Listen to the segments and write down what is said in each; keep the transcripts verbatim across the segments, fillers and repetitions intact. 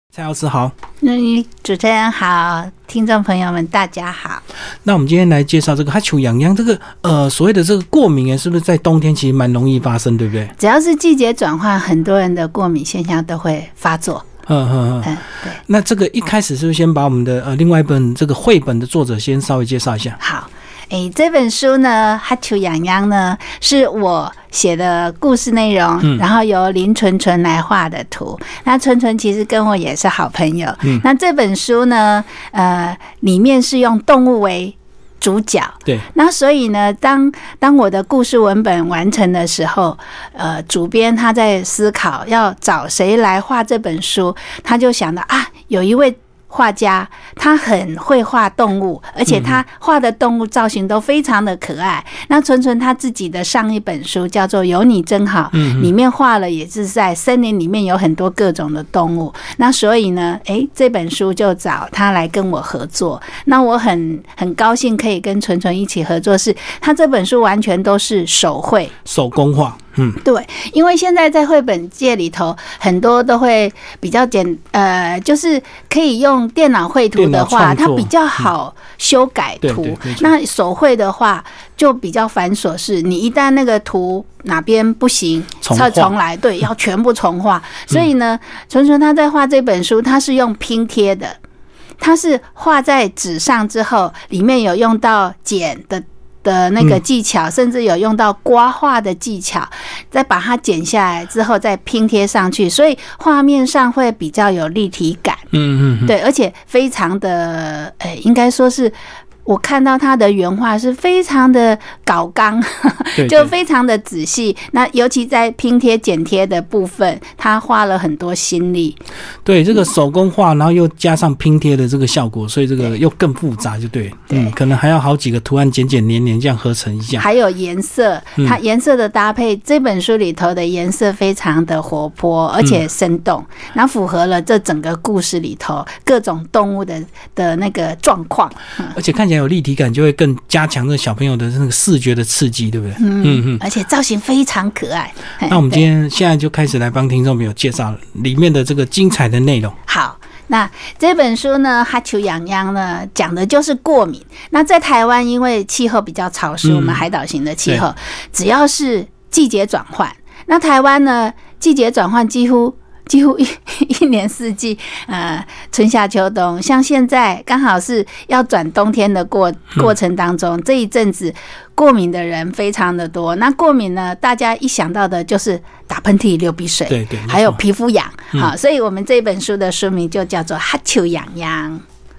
蔡老师好。 嗯，主持人好，听众朋友们大家好。 那我们今天来介绍这个哈球痒痒，这个呃所谓的这个过敏是不是在冬天其实蛮容易发生，对不对？ 只要是季节转换，很多人的过敏现象都会发作。 嗯嗯嗯，对。那这个一开始是不是先把我们的呃另外一本这个绘本的作者先稍微介绍一下？ 好。诶，这本书呢，哈球痒痒呢，是我写的故事内容，嗯、然后由林纯纯来画的图。那纯纯其实跟我也是好朋友。嗯、那这本书呢，呃，里面是用动物为主角。 对。 那所以呢，当当我的故事文本完成的时候，呃，主编他在思考要找谁来画这本书，他就想到啊，有一位画家，他很会画动物，而且他画的动物造型都非常的可爱。嗯、那纯纯他自己的上一本书叫做《有你真好》，嗯、里面画了也是在森林里面有很多各种的动物。那所以呢，哎，这本书就找他来跟我合作。那我很很高兴可以跟纯纯一起合作，是他这本书完全都是手绘、 手工画。嗯， 对，因为现在在绘本界里头，很多都会比较简，呃，就是可以用电脑绘图的话，它比较好修改图。嗯、对对，那手绘的话就比较繁琐，是你一旦那个图哪边不行，再重来，对，要全部重画。所以呢，纯纯他在画这本书，他是用拼贴的，他是画在纸上之后，里面有用到剪的。的那个技巧，甚至有用到刮画的技巧，再把它剪下来之后再拼贴上去，所以画面上会比较有立体感。嗯嗯，对，而且非常的，呃，应该说是。我看到他的原画是非常的搞刚，就非常的仔细。那尤其在拼贴剪贴的部分，他花了很多心力。 对，这个手工画，然后又加上拼贴的这个效果，所以这个又更复杂，就对。对，嗯，可能还要好几个图案剪剪连连这样合成一下。还有颜色，它颜色的搭配，这本书里头的颜色非常的活泼，而且生动，然后符合了这整个故事里头各种动物的的那个状况， 而且看起来有立体感，就会更加强这小朋友的那个视觉的刺激，对不对？ 嗯嗯，而且造型非常可爱。 那我们今天现在就开始来帮听众朋友介绍里面的这个精彩的内容。 好，那这本书呢，哈球痒痒呢，讲的就是过敏。那在台湾，因为气候比较潮湿，我们海岛型的气候，只要是季节转换，那台湾呢，季节转换几乎。几乎一一年四季，呃，春夏秋冬，像现在刚好是要转冬天的过过程当中，嗯、这一阵子过敏的人非常的多。那过敏呢，大家一想到的就是打喷嚏、流鼻水， 对对， 还有皮肤痒。好，嗯，所以我们这本书的书名就叫做《哈球痒痒》。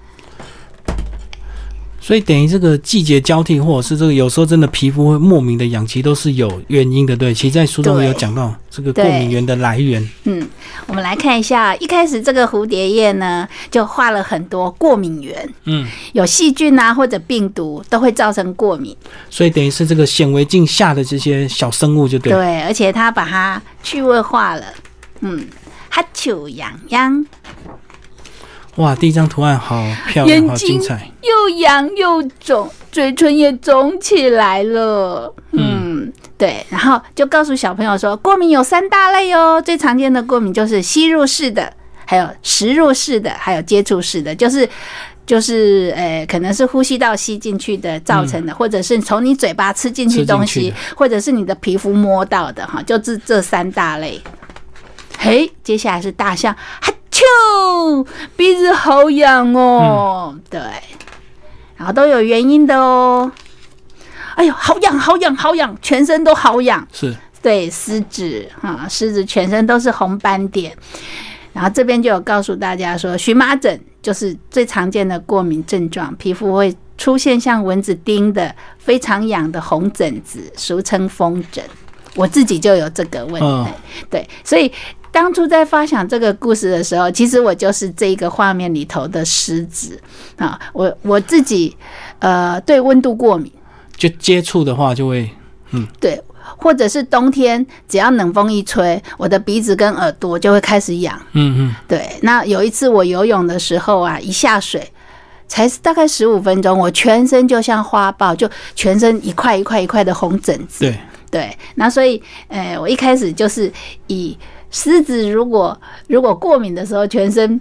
所以等于这个季节交替，或者是这个有时候真的皮肤会莫名的痒，其实都是有原因的，对。其实在书中有讲到这个过敏源的来源。嗯， 我们来看一下，一开始这个蝴蝶叶呢，就画了很多过敏源，嗯，有细菌啊或者病毒都会造成过敏。 所以等于是这个显微镜下的这些小生物就对了。 对，而且他把它趣味化了。嗯，哈球痒痒。 哇，第一张图案好漂亮，好精彩， 又痒又肿，嘴唇也肿起来了。嗯，嗯对，然后就告诉小朋友说，过敏有三大类哦，最常见的过敏就是吸入式的，还有食入式的，还有接触式的，就是就是呃，可能是呼吸道吸进去的造成的，嗯、或者是从你嘴巴吃进去东西，或者是你的皮肤摸到的哈，就是这三大类。嘿，接下来是大象，哈啾，鼻子好痒哦，嗯、对，然后都有原因的哦。哎呦，好痒，好痒，好痒，全身都好痒。 是， 对，狮子啊，狮子全身都是红斑点。然后这边就有告诉大家说，荨麻疹就是最常见的过敏症状，皮肤会出现像蚊子叮的非常痒的红疹子，俗称风疹。我自己就有这个问题，哦、对，所以当初在发想这个故事的时候，其实我就是这个画面里头的狮子啊。我我自己呃对温度过敏， 就接触的话就会嗯对，或者是冬天只要冷风一吹，我的鼻子跟耳朵就会开始痒。嗯嗯，对。那有一次我游泳的时候啊，一下水。才大概十五分钟，我全身就像花豹，就全身一块一块一块的红疹子。 对对，那所以，呃，我一开始就是以狮子如果如果过敏的时候，全身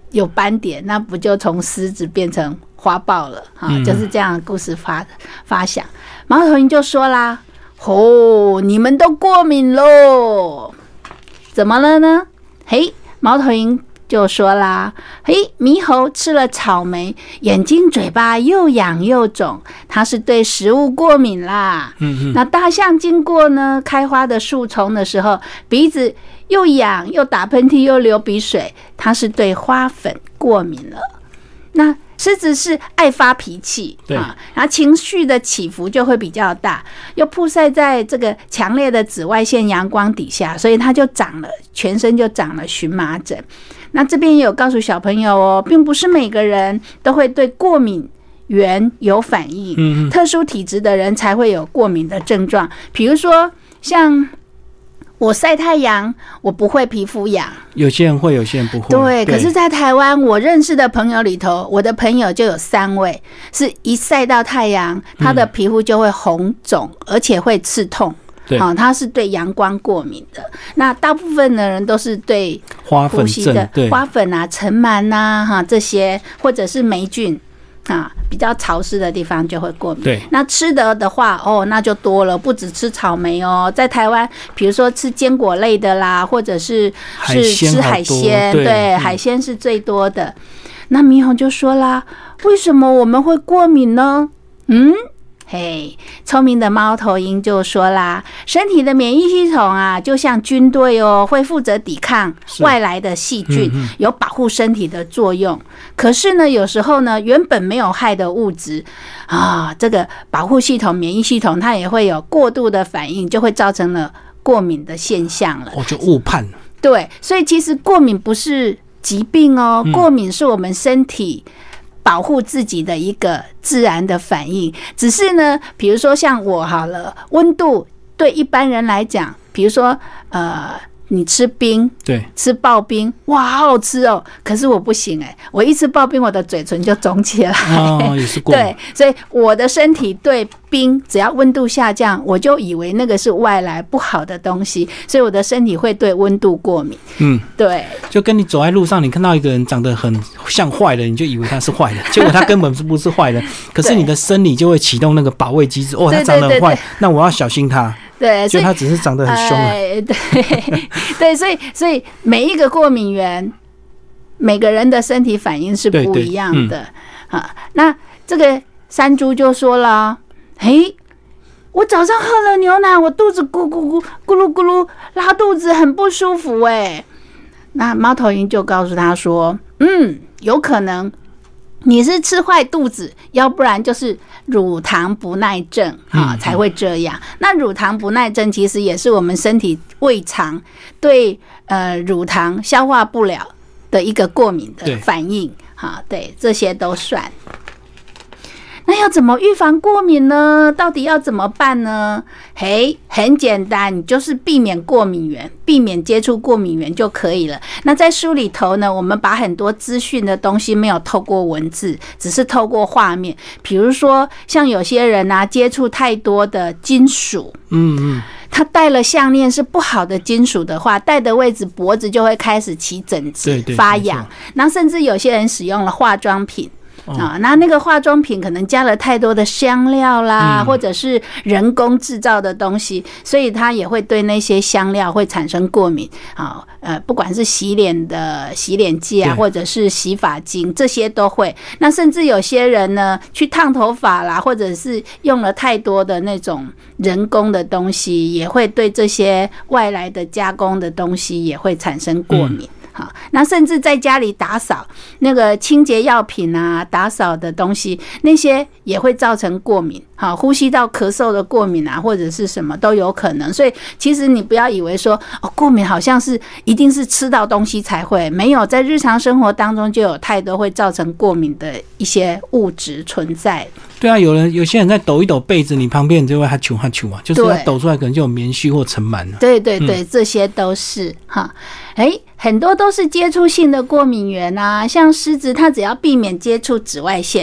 有斑点，那不就从狮子变成花豹了啊？就是这样的故事发发想。猫头鹰就说啦：“哦，你们都过敏喽？怎么了呢？”嘿，猫头鹰就说啦：“嘿，猕猴吃了草莓，眼睛、嘴巴又痒又肿，它是对食物过敏啦。嗯嗯。那大象经过呢开花的树丛的时候，鼻子又痒又打喷嚏又流鼻水，它是对花粉过敏了。那狮子是爱发脾气啊，然后情绪的起伏就会比较大，又曝晒在这个强烈的紫外线阳光底下，所以它就长了，全身就长了荨麻疹。那这边也有告诉小朋友哦，并不是每个人都会对过敏源有反应，嗯，特殊体质的人才会有过敏的症状，比如说像我晒太阳，我不会皮肤痒， 有些人会，有些人不会。 对，可是在台湾我认识的朋友里头，我的朋友就有三位是一晒到太阳，他的皮肤就会红肿，而且会刺痛。对，哦，他是对阳光过敏的。那大部分的人都是对呼吸的花粉啊、尘螨啊、哈这些，或者是霉菌啊，比较潮湿的地方就会过敏。对，那吃的的话，哦，那就多了，不只吃草莓哦，在台湾，比如说吃坚果类的啦，或者是是吃海鲜，对，对海鲜是最多的。那猕猴就说啦，为什么我们会过敏呢？嗯。嘿，聪明的猫头鹰就说啦，身体的免疫系统啊，就像军队哦，会负责抵抗外来的细菌，嗯嗯，有保护身体的作用。可是呢，有时候呢，原本没有害的物质啊，这个保护系统、免疫系统它也会有过度的反应，就会造成了过敏的现象了。 哦，就误判了。 对，所以其实过敏不是疾病哦，嗯，过敏是我们身体保护自己的一个自然的反应，只是呢，比如说像我好了，温度对一般人来讲，比如说呃，你吃冰，对，吃刨冰，哇，好好吃哦。可是我不行哎、欸，我一吃刨冰，我的嘴唇就肿起来。 哦，也是过敏。 对，所以我的身体对冰，只要温度下降，我就以为那个是外来不好的东西，所以我的身体会对温度过敏。嗯，对。 就跟你走在路上，你看到一个人长得很像坏人，你就以为他是坏人，结果他根本不是坏人。可是你的生理就会启动那个保卫机制，哦，他长得很坏，那我要小心他。对，所以他只是长得很凶、啊呃、 对对，所以所以每一个过敏源，每个人的身体反应是不一样的。对对、嗯啊、那这个山猪就说了：“嘿，我早上喝了牛奶，我肚子咕咕咕咕噜咕噜拉肚子，很不舒服。”哎，那猫头鹰就告诉他说：“嗯，有可能。”你是吃坏肚子，要不然就是乳糖不耐症啊、嗯、才会这样。那乳糖不耐症其实也是我们身体胃肠对呃乳糖消化不了的一个过敏的反应啊，对，这些都算。那要怎么预防过敏呢？到底要怎么办呢？嘿，很简单，你就是避免过敏源，避免接触过敏源就可以了。那在书里头呢，我们把很多资讯的东西没有透过文字，只是透过画面。比如说，像有些人啊，接触太多的金属，嗯嗯，他戴了项链是不好的金属的话，戴的位置脖子就会开始起疹子、发痒。那甚至有些人使用了化妆品。啊，那那个化妆品可能加了太多的香料啦，嗯、或者是人工制造的东西，所以它也会对那些香料会产生过敏。啊，呃，不管是洗脸的洗脸剂啊，或者是洗发精，这些都会。那甚至有些人呢，去烫头发啦，或者是用了太多的那种人工的东西，也会对这些外来的加工的东西也会产生过敏。嗯，好，那甚至在家里打扫那个清洁药品啊，打扫的东西，那些也会造成过敏。好，呼吸道咳嗽的过敏啊，或者是什么都有可能。所以其实你不要以为说哦，过敏好像是一定是吃到东西才会，没有，在日常生活当中就有太多会造成过敏的一些物质存在。 对啊，有人有些人在抖一抖被子，你旁边就会哈啾哈啾啊，就是他抖出来可能就有棉絮或尘螨了。 对对对，嗯、这些都是哈，哎，很多都是接触性的过敏源啊，像狮子，它只要避免接触紫外线。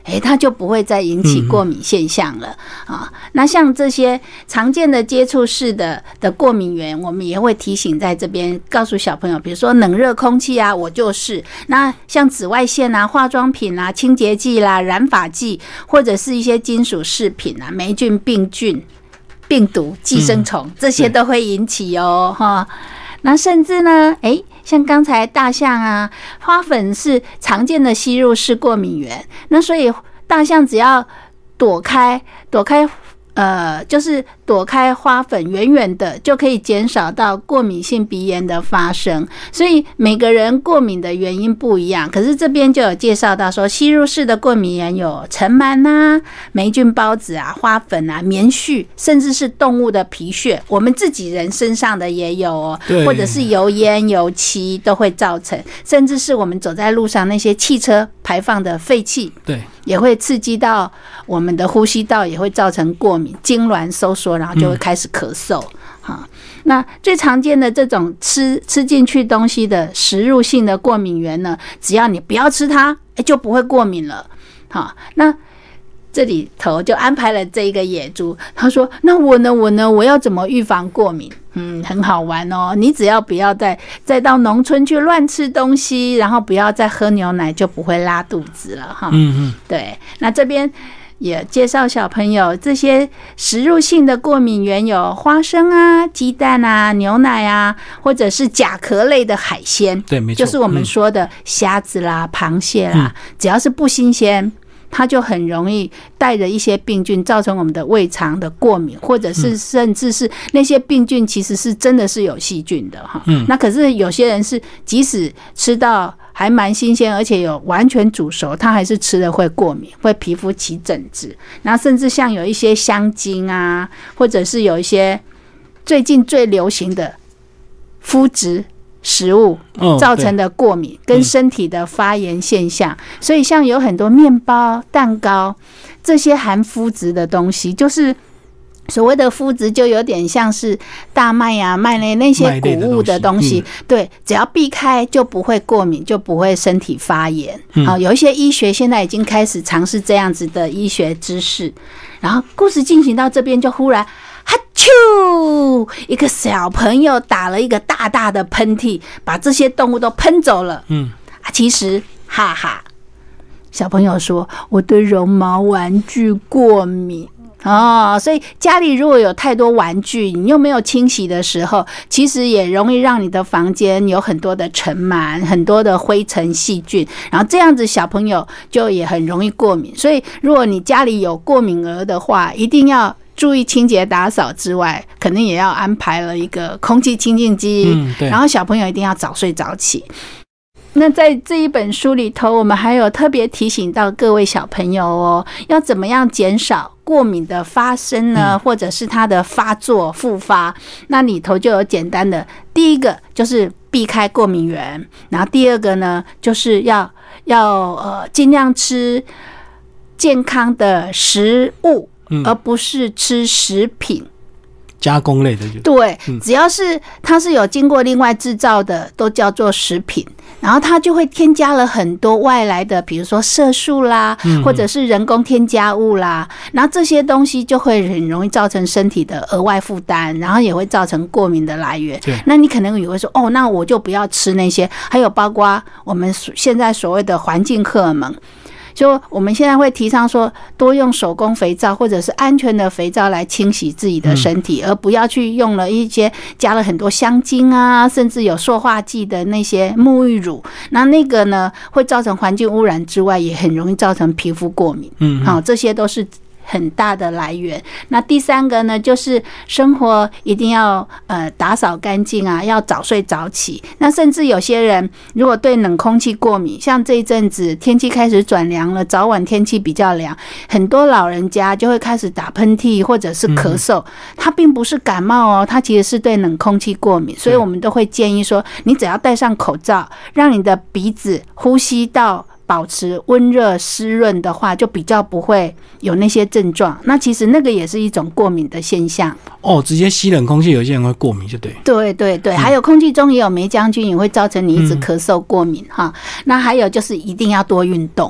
哎，它就不会再引起过敏现象了、嗯、啊。那像这些常见的接触式的的过敏源，我们也会提醒在这边告诉小朋友，比如说冷热空气啊，我就是。那像紫外线啊、化妆品啊、清洁剂啦、染发剂，或者是一些金属饰品啊、霉菌、病菌、病毒、寄生虫、嗯，这些都会引起哦，哈。那甚至呢，哎，像刚才大象啊、花粉是常见的吸入式过敏源，那所以大象只要躲开躲开呃，就是躲开花粉，远远的就可以减少到过敏性鼻炎的发生。所以每个人过敏的原因不一样，可是这边就有介绍到说，吸入式的过敏源有尘螨啊、霉菌孢子啊、花粉啊、棉絮，甚至是动物的皮屑，我们自己人身上的也有哦，或者是油烟、油漆都会造成，甚至是我们走在路上那些汽车排放的废气，对，也会刺激到我们的呼吸道，也会造成过敏，痉挛收缩，然后就会开始咳嗽。嗯、那最常见的这种吃吃进去东西的食入性的过敏源呢，只要你不要吃它，就不会过敏了。好，那这里头就安排了这一个野猪，他说：“那我呢？我呢？我要怎么预防过敏？”嗯，很好玩哦。你只要不要再再到农村去乱吃东西，然后不要再喝牛奶，就不会拉肚子了哈。嗯嗯，对。那这边也介绍小朋友，这些食入性的过敏源有花生啊、鸡蛋啊、牛奶啊，或者是甲壳类的海鲜。对，没错，就是我们说的虾子啦、螃蟹啦，嗯、只要是不新鲜，它就很容易带着一些病菌，造成我们的胃肠的过敏，或者是甚至是那些病菌其实是真的是有细菌的哈。嗯，那可是有些人是即使吃到还蛮新鲜，而且有完全煮熟，他还是吃了会过敏，会皮肤起疹子。然后甚至像有一些香精啊，或者是有一些最近最流行的麸质食物造成的过敏跟身体的发炎现象，所以像有很多面包、蛋糕这些含麸质的东西，就是所谓的麸质，就有点像是大麦啊、麦类那些谷物的东西，对，只要避开就不会过敏，就不会身体发炎。好，有一些医学现在已经开始尝试这样子的医学知识。然后故事进行到这边，就忽然哈啾，一个小朋友打了一个大大的喷嚏，把这些动物都喷走了。嗯，啊，其实哈哈，小朋友说我对绒毛玩具过敏。哦，所以家里如果有太多玩具，你又没有清洗的时候，其实也容易让你的房间有很多的尘螨、很多的灰尘细菌，然后这样子小朋友就也很容易过敏。所以如果你家里有过敏儿的话，一定要注意清洁打扫之外，可能也要安排了一个空气清净机、嗯、然后小朋友一定要早睡早起。那在这一本书里头，我们还有特别提醒到各位小朋友哦，要怎么样减少过敏的发生呢？或者是它的发作复发？那里头就有简单的，第一个就是避开过敏源，然后第二个呢，就是要要呃尽量吃健康的食物，嗯、而不是吃食品。 加工类的就对、嗯，只要是它是有经过另外制造的，都叫做食品。然后它就会添加了很多外来的，比如说色素啦，嗯、或者是人工添加物啦。然后这些东西就会很容易造成身体的额外负担，然后也会造成过敏的来源。那你可能也会说，哦，那我就不要吃那些。还有包括我们现在所谓的环境荷尔蒙。就我们现在会提倡说，多用手工肥皂或者是安全的肥皂来清洗自己的身体，嗯、而不要去用了一些加了很多香精啊，甚至有塑化剂的那些沐浴乳。那那个呢，会造成环境污染之外，也很容易造成皮肤过敏。嗯，好，这些都是很大的来源。那第三个呢，就是生活一定要呃打扫干净啊，要早睡早起。那甚至有些人如果对冷空气过敏，像这一阵子天气开始转凉了，早晚天气比较凉，很多老人家就会开始打喷嚏或者是咳嗽，他并不是感冒哦，他其实是对冷空气过敏。所以我们都会建议说，你只要戴上口罩，让你的鼻子呼吸道保持温热湿润的话，就比较不会有那些症状。那其实那个也是一种过敏的现象哦，直接吸冷空气有些人会过敏就对。 对对对、嗯、还有空气中也有霉浆菌，也会造成你一直咳嗽过敏、嗯、哈。那还有就是一定要多运动。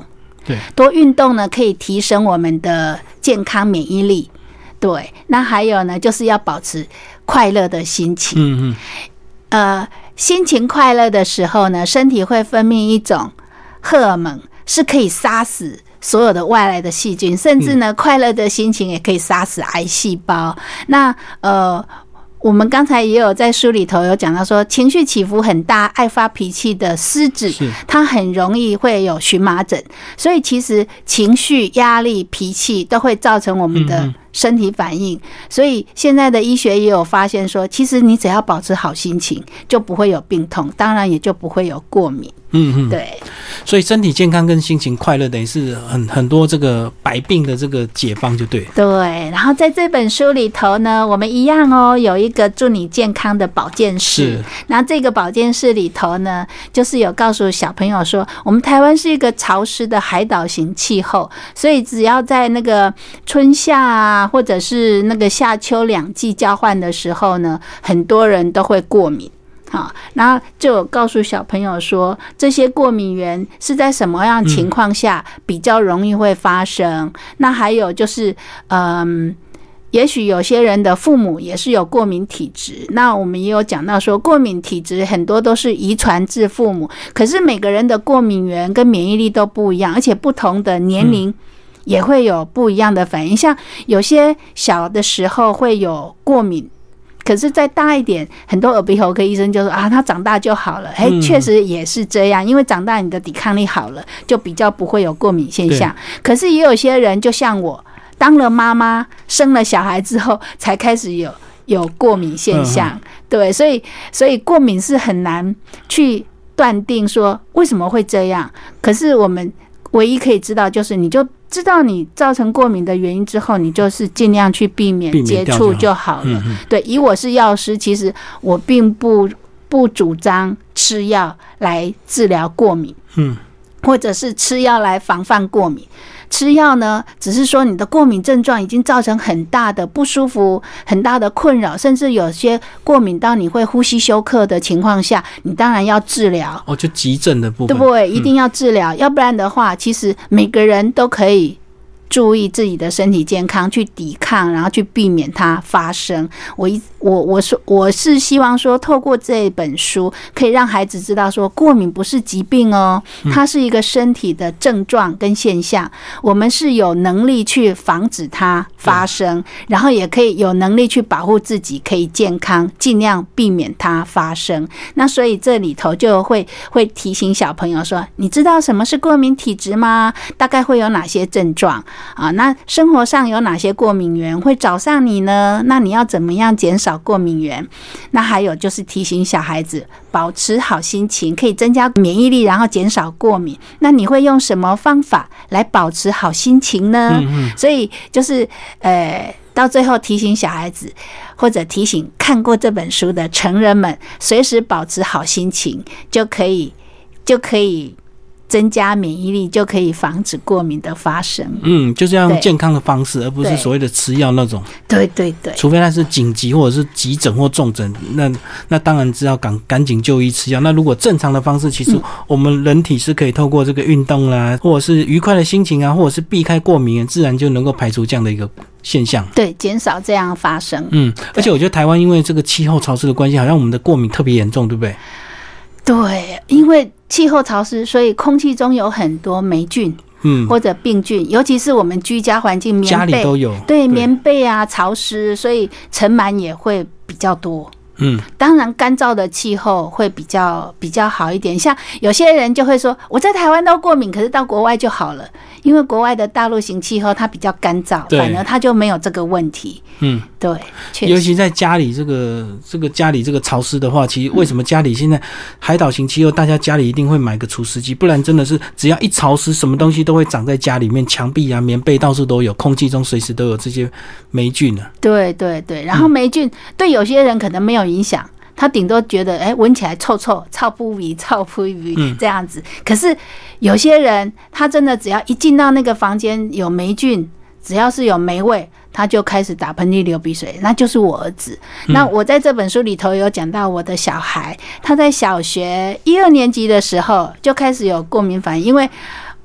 对， 多运动呢可以提升我们的健康免疫力。对，那还有呢，就是要保持快乐的心情。嗯嗯，呃，心情快乐的时候呢，身体会分泌一种荷尔蒙，是可以杀死所有的外来的细菌，甚至呢，快乐的心情也可以杀死癌细胞。那呃。我们刚才也有在书里头有讲到说，情绪起伏很大、爱发脾气的狮子，它很容易会有荨麻疹。所以其实情绪、压力、脾气都会造成我们的身体反应。所以现在的医学也有发现说，其实你只要保持好心情，就不会有病痛，当然也就不会有过敏。嗯嗯，对。 所以身体健康跟心情快乐，等于是很很多这个百病的这个解方，就对。 对。然后在这本书里头呢，我们一样哦，有一个祝你健康的保健室。那这个保健室里头呢，就是有告诉小朋友说，我们台湾是一个潮湿的海岛型气候，所以只要在那个春夏啊，或者是那个夏秋两季交换的时候呢，很多人都会过敏。好，然后就有告诉小朋友说，这些过敏源是在什么样情况下比较容易会发生。嗯、那还有就是，嗯，也许有些人的父母也是有过敏体质。那我们也有讲到说，过敏体质很多都是遗传自父母，可是每个人的过敏源跟免疫力都不一样，而且不同的年龄也会有不一样的反应。像有些小的时候会有过敏。可是再大一点，很多耳鼻喉科医生就说啊，他长大就好了。哎，确实也是这样，因为长大你的抵抗力好了，就比较不会有过敏现象。可是也有些人，就像我，当了妈妈、生了小孩之后，才开始有有过敏现象。嗯、对，所以所以过敏是很难去断定说为什么会这样。可是我们唯一可以知道，就是你就知道你造成过敏的原因之后，你就是尽量去避免接触就好了。嗯、对，以我是药师，其实我并不不主张吃药来治疗过敏，嗯，或者是吃药来防范过敏。吃药呢，只是说你的过敏症状已经造成很大的不舒服、很大的困扰，甚至有些过敏到你会呼吸休克的情况下，你当然要治疗。 哦，就急症的部分， 对不对？一定要治疗，嗯、要不然的话，其实每个人都可以注意自己的身体健康，去抵抗，然后去避免它发生。我一我我说我是希望说，透过这本书，可以让孩子知道说，过敏不是疾病哦，它是一个身体的症状跟现象。我们是有能力去防止它发生，然后也可以有能力去保护自己，可以健康，尽量避免它发生。那所以这里头就会会提醒小朋友说，你知道什么是过敏体质吗？大概会有哪些症状？啊，那生活上有哪些过敏源会找上你呢？那你要怎么样减少过敏源？那还有就是提醒小孩子保持好心情，可以增加免疫力，然后减少过敏。那你会用什么方法来保持好心情呢？嗯嗯，所以就是呃，到最后提醒小孩子，或者提醒看过这本书的成人们，随时保持好心情，就可以就可以。增加免疫力，就可以防止过敏的发生。 嗯，就这样健康的方式，而不是所谓的吃药那种。 对对对， 除非那是紧急或者是急诊或重症，那那当然只要赶赶紧就医吃药。那如果正常的方式，其实我们人体是可以透过这个运动啦，或者是愉快的心情啊，或者是避开过敏，自然就能够排除这样的一个现象。 对，减少这样发生。 嗯，而且我觉得台湾因为这个气候潮湿的关系，好像我们的过敏特别严重，对不对？ 对，因为气候潮湿，所以空气中有很多霉菌，嗯，或者病菌，尤其是我们居家环境，棉被家里都有， 对，对棉被啊潮湿，所以尘螨也会比较多。嗯，当然干燥的气候会比较比较好一点。像有些人就会说，我在台湾都过敏，可是到国外就好了，因为国外的大陆型气候它比较干燥，反而它就没有这个问题。嗯，对， 尤其在家里这个这个家里这个潮湿的话，其实为什么家里现在海岛型气候，大家家里一定会买个除湿机，不然真的是只要一潮湿，什么东西都会长在家里面，墙壁啊、棉被到处都有，空气中随时都有这些霉菌啊。 对对对，然后霉菌、嗯、对有些人可能没有影响，他顶多觉得哎，闻起来臭臭，臭扑鼻，臭扑鼻这样子。可是有些人他真的只要一进到那个房间有霉菌，只要是有霉味，他就开始打喷嚏、流鼻水，那就是我儿子。嗯、那我在这本书里头有讲到我的小孩，他在小学一二年级的时候就开始有过敏反应，因为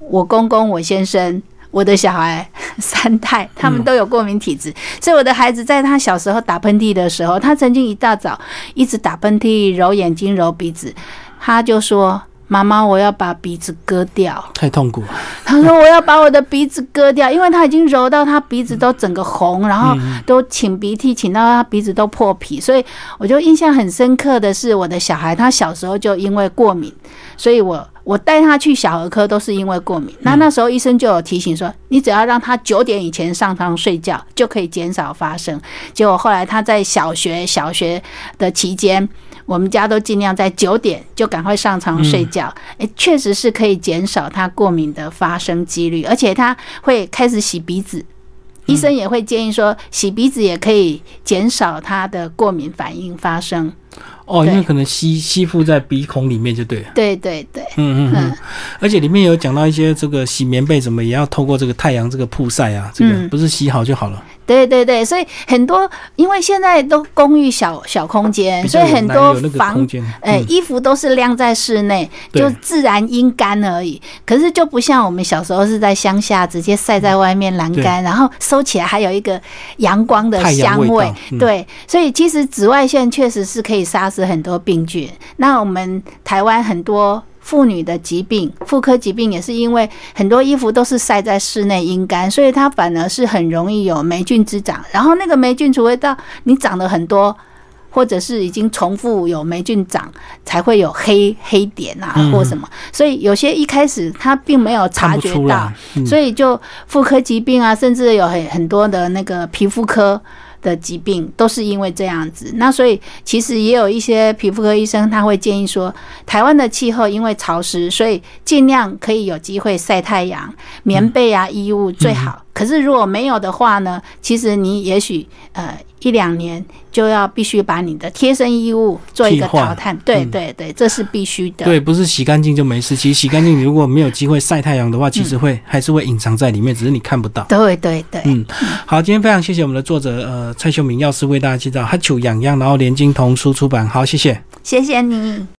我公公、我先生、我的小孩三代，他们都有过敏体质，嗯、所以我的孩子在他小时候打喷嚏的时候，他曾经一大早一直打喷嚏、揉眼睛、揉鼻子，他就说。妈妈，我要把鼻子割掉， 太痛苦了。 他说我要把我的鼻子割掉，因为他已经揉到他鼻子都整个红，然后都擤鼻涕，擤到他鼻子都破皮。所以我就印象很深刻的是，我的小孩他小时候就因为过敏，所以我我带他去小儿科都是因为过敏。那那时候医生就有提醒说，你只要让他九点以前上床睡觉，就可以减少发生。结果后来他在小学小学的期间。我们家都尽量在九点就赶快上床睡觉，哎、嗯，确实是可以减少他过敏的发生几率，而且他会开始洗鼻子，医生也会建议说，洗鼻子也可以减少他的过敏反应发生。 哦，因为可能吸吸附在鼻孔里面就对了。 对对对， 嗯嗯嗯。而且里面有讲到一些这个洗棉被怎么也要透过这个太阳这个曝晒啊，这个不是洗好就好了。 对对对，所以很多因为现在都公寓小小空间，所以很多房哎、嗯、衣服都是晾在室内，就自然阴干而已。可是就不像我们小时候是在乡下直接晒在外面晾干，然后收起来还有一个阳光的香味。嗯、对，所以其实紫外线确实是可以杀死很多病菌。那我们台湾很多。妇女的疾病，妇科疾病也是因为很多衣服都是晒在室内阴干，所以它反而是很容易有霉菌滋长。然后那个霉菌除非到你长得很多，或者是已经重复有霉菌长，才会有黑黑点啊或什么。所以有些一开始它并没有察觉到，嗯、所以就妇科疾病啊，甚至有很很多的那个皮肤科。的疾病都是因为这样子，那所以其实也有一些皮肤科医生他会建议说，台湾的气候因为潮湿，所以尽量可以有机会晒太阳，棉被啊衣物最好。嗯、可是如果没有的话呢，其实你也许呃一两年就要必须把你的贴身衣物做一个淘汰。对对对，这是必须的。 对，不是洗干净就没事。其实洗干净，你如果没有机会晒太阳的话，其实会、嗯、还是会隐藏在里面，只是你看不到。 对对对， 嗯，好，今天非常谢谢我们的作者呃蔡秀敏药师为大家介绍《哈球痒痒》，然后联经童书出版。好，谢谢， 谢谢你。